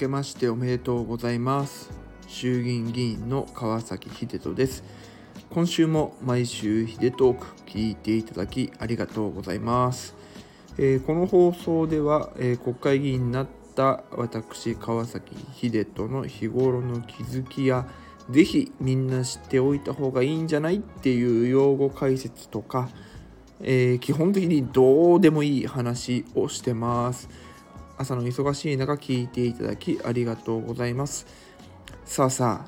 けましておめでとうございます。衆議院議員の川崎秀人です。今週も毎週秀トーク聞いていただきありがとうございます。この放送では、国会議員になった私川崎秀人の日頃の気づきやぜひみんな知っておいた方がいいんじゃないっていう用語解説とか、基本的にどうでもいい話をしてます。朝の忙しい中聞いていただきありがとうございます。さあ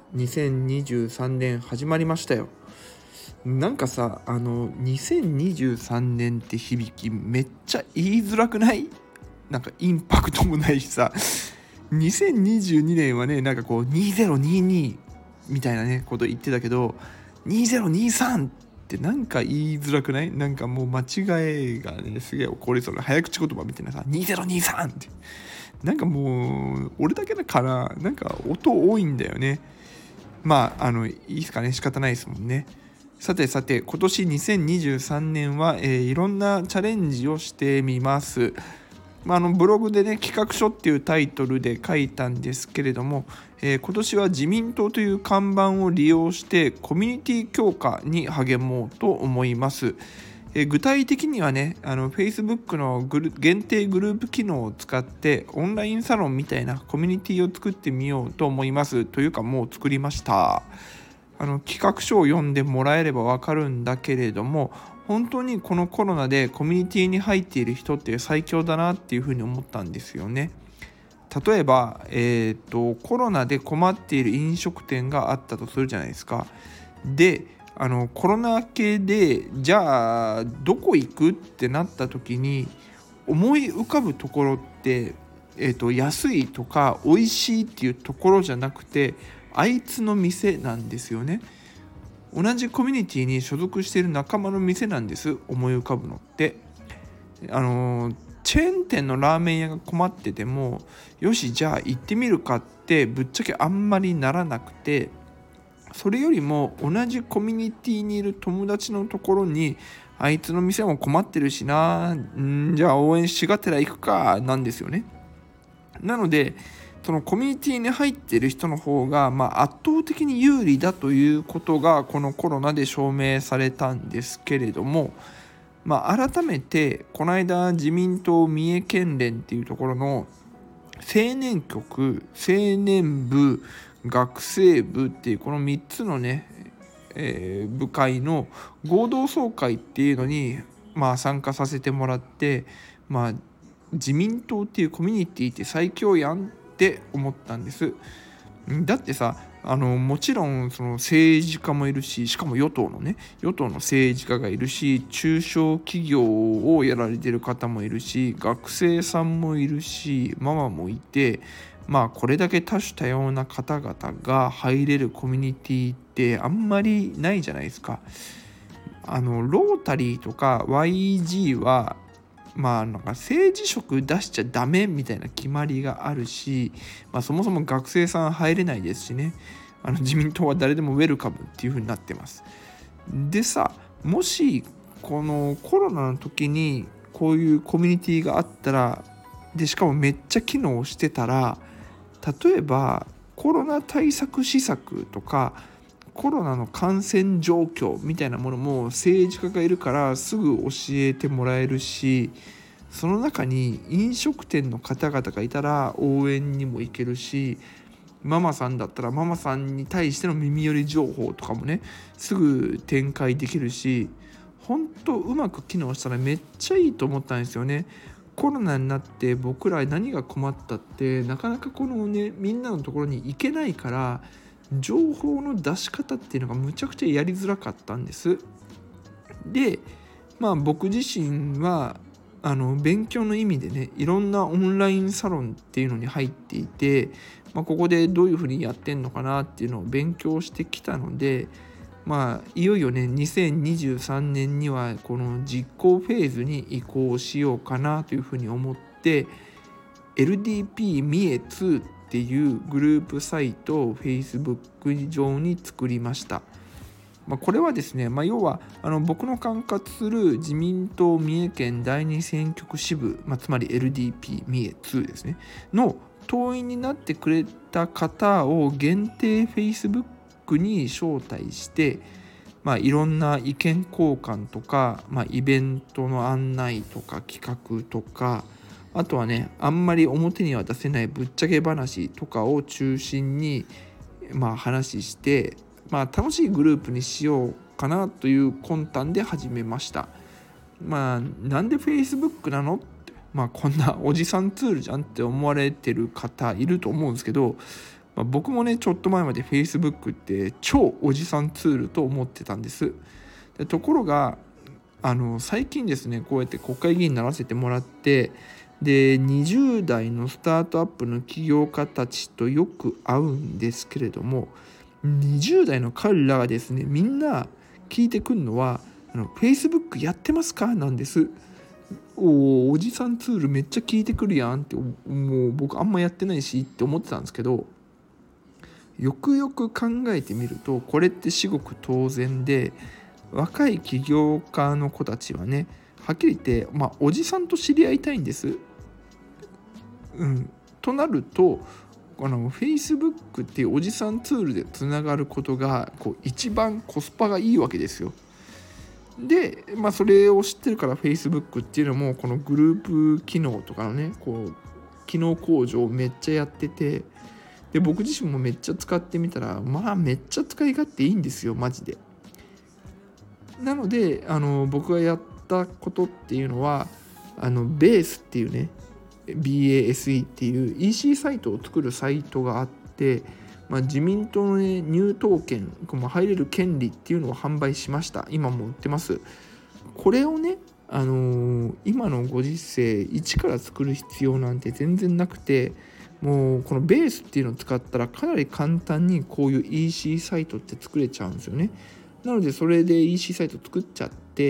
2023年始まりましたよ。なんかさ、2023年って響きめっちゃ言いづらくない？なんかインパクトもないしさ、2022年はね、なんかこう2022みたいなねこと言ってたけど、2023ってなんか言いづらくない？なんかもう間違いがねすげえ起こりそうな早口言葉みたいなさ、2023ってなんかもう俺だけだからなんか音多いんだよね。いいですかね、仕方ないですもんね。さて今年2023年は、いろんなチャレンジをしてみます。ブログでね、企画書っていうタイトルで書いたんですけれども、今年は自民党という看板を利用してコミュニティ強化に励もうと思います。具体的にはね、Facebook の限定グループ機能を使ってオンラインサロンみたいなコミュニティを作ってみようと思います。というかもう作りました。企画書を読んでもらえればわかるんだけれども、本当にこのコロナでコミュニティに入っている人って最強だなっていうふうに思ったんですよね。例えば、コロナで困っている飲食店があったとするじゃないですか。で、コロナ系でじゃあどこ行くってなった時に思い浮かぶところって、安いとか美味しいっていうところじゃなくて、あいつの店なんですよね。同じコミュニティに所属している仲間の店なんです、思い浮かぶのって。チェーン店のラーメン屋が困ってても、よしじゃあ行ってみるかってぶっちゃけあんまりならなくて、それよりも同じコミュニティにいる友達のところに、あいつの店も困ってるしな、じゃあ応援しがてら行くかなんですよね。なのでそのコミュニティに入っている人の方が、圧倒的に有利だということがこのコロナで証明されたんですけれども、改めてこの間自民党三重県連っていうところの青年局、青年部、学生部っていうこの3つのね、部会の合同総会っていうのに、参加させてもらって、自民党っていうコミュニティって最強やんって思ったんです。だってさ、もちろんその政治家もいるし、しかも与党の政治家がいるし、中小企業をやられてる方もいるし、学生さんもいるし、ママもいて、これだけ多種多様な方々が入れるコミュニティってあんまりないじゃないですか。ロータリーとか YG はなんか政治色出しちゃダメみたいな決まりがあるし、そもそも学生さん入れないですしね。自民党は誰でもウェルカムっていう風になってます。でさ、もしこのコロナの時にこういうコミュニティがあったら、でしかもめっちゃ機能してたら、例えばコロナ対策施策とかコロナの感染状況みたいなものも政治家がいるからすぐ教えてもらえるし、その中に飲食店の方々がいたら応援にも行けるし、ママさんだったらママさんに対しての耳寄り情報とかもねすぐ展開できるし、本当うまく機能したらめっちゃいいと思ったんですよね。コロナになって僕ら何が困ったって、なかなかこのねみんなのところに行けないから、情報の出し方っていうのがむちゃくちゃやりづらかったんです。で、僕自身は勉強の意味でね、いろんなオンラインサロンっていうのに入っていて、ここでどういうふうにやってんのかなっていうのを勉強してきたので、いよいよね2023年にはこの実行フェーズに移行しようかなというふうに思って、 LDP 三重2っていうグループサイトを Facebook 上に作りました。これはですね、要は僕の管轄する自民党三重県第二選挙区支部、つまり LDP 三重2ですねの党員になってくれた方を限定 Facebook に招待して、いろんな意見交換とか、イベントの案内とか企画とか、あとはね、あんまり表には出せないぶっちゃけ話とかを中心に話して、楽しいグループにしようかなという魂胆で始めました。なんで Facebook なのって、こんなおじさんツールじゃんって思われてる方いると思うんですけど、僕もねちょっと前まで Facebook って超おじさんツールと思ってたんです。ところが最近ですね、こうやって国会議員にならせてもらって、で20代のスタートアップの起業家たちとよく会うんですけれども、20代の彼らがですね、みんな聞いてくるのはFacebook やってますかなんです。おじさんツールめっちゃ聞いてくるやんって、もう僕あんまやってないしって思ってたんですけど、よくよく考えてみるとこれって至極当然で、若い起業家の子たちはね、はっきり言って、おじさんと知り合いたいんです。となるとFacebook っていうおじさんツールでつながることが一番コスパがいいわけですよ。で、それを知ってるから Facebook っていうのもこのグループ機能とかのね機能向上をめっちゃやってて、で僕自身もめっちゃ使ってみたらめっちゃ使い勝手いいんですよ、マジで。なので僕がやったことっていうのはBASEっていうね、BASE っていう EC サイトを作るサイトがあって、自民党の、入党権入れる権利っていうのを販売しました。今も売ってます。これをね、今のご時世一から作る必要なんて全然なくて、もうこのベースっていうのを使ったらかなり簡単にこういう EC サイトって作れちゃうんですよね。なのでそれで EC サイト作っちゃって、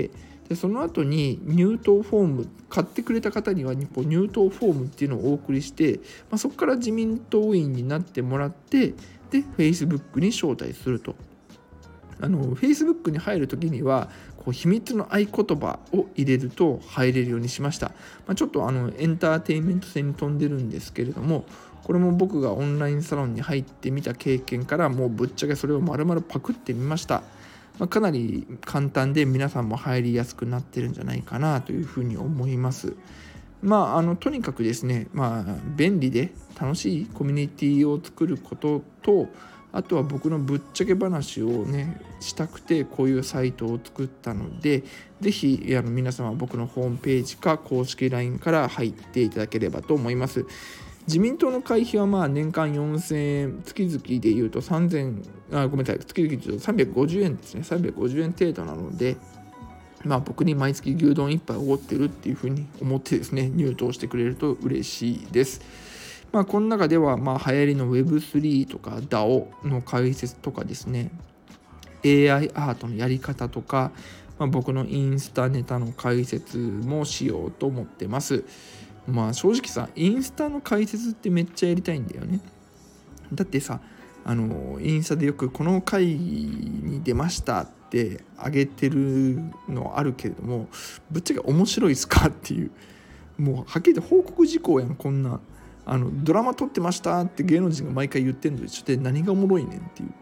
でその後に入党フォーム買ってくれた方には入党フォームっていうのをお送りして、そこから自民党員になってもらって、で Facebook に招待すると。Facebook に入るときには秘密の合言葉を入れると入れるようにしました。ちょっとエンターテインメント性に飛んでるんですけれども、これも僕がオンラインサロンに入ってみた経験からもうぶっちゃけそれを丸々パクってみました。かなり簡単で皆さんも入りやすくなってるんじゃないかなというふうに思います。とにかくですね、便利で楽しいコミュニティを作ることと、あとは僕のぶっちゃけ話をねしたくてこういうサイトを作ったので、ぜひ皆様僕のホームページか公式 LINE から入っていただければと思います。自民党の会費は年間4000円、月々でいうと月々でいうと350円ですね。350円程度なので、僕に毎月牛丼1杯おごってるっていう風に思ってですね、入党してくれると嬉しいです。この中では流行りの Web3 とか DAO の解説とかですね、 AI アートのやり方とか、僕のインスタネタの解説もしようと思ってます。正直さ、インスタの解説ってめっちゃやりたいんだよね。だってさ、インスタでよくこの会に出ましたって上げてるのあるけれども、ぶっちゃけ面白いっすかっていう、もうはっきり言って報告事項やん。こんなドラマ撮ってましたって芸能人が毎回言ってんので、ちょっと何がおもろいねんっていう。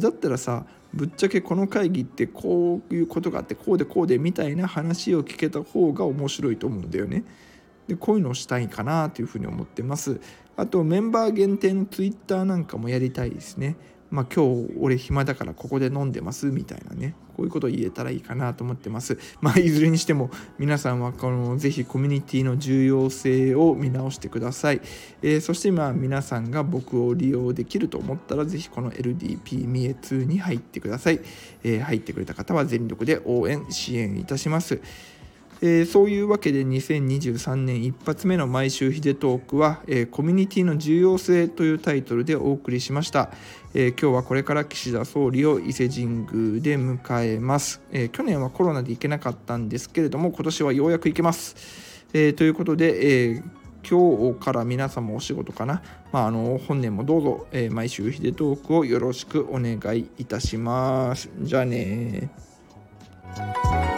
だったらさ、ぶっちゃけこの会議ってこういうことがあってこうでこうでみたいな話を聞けた方が面白いと思うんだよね。でこういうのをしたいかなというふうに思ってます。あとメンバー限定のツイッターなんかもやりたいですね。今日俺暇だからここで飲んでますみたいなね、こういうことを言えたらいいかなと思ってます。いずれにしても皆さんはぜひコミュニティの重要性を見直してください。そして皆さんが僕を利用できると思ったらぜひこの LDP ミエ2に入ってください。入ってくれた方は全力で応援支援いたします。そういうわけで2023年一発目の毎週ヒデトークは、コミュニティの重要性というタイトルでお送りしました。今日はこれから岸田総理を伊勢神宮で迎えます。去年はコロナで行けなかったんですけれども、今年はようやく行けます。ということで、今日から皆様お仕事かな、本年もどうぞ、毎週ヒデトークをよろしくお願いいたします。じゃあね。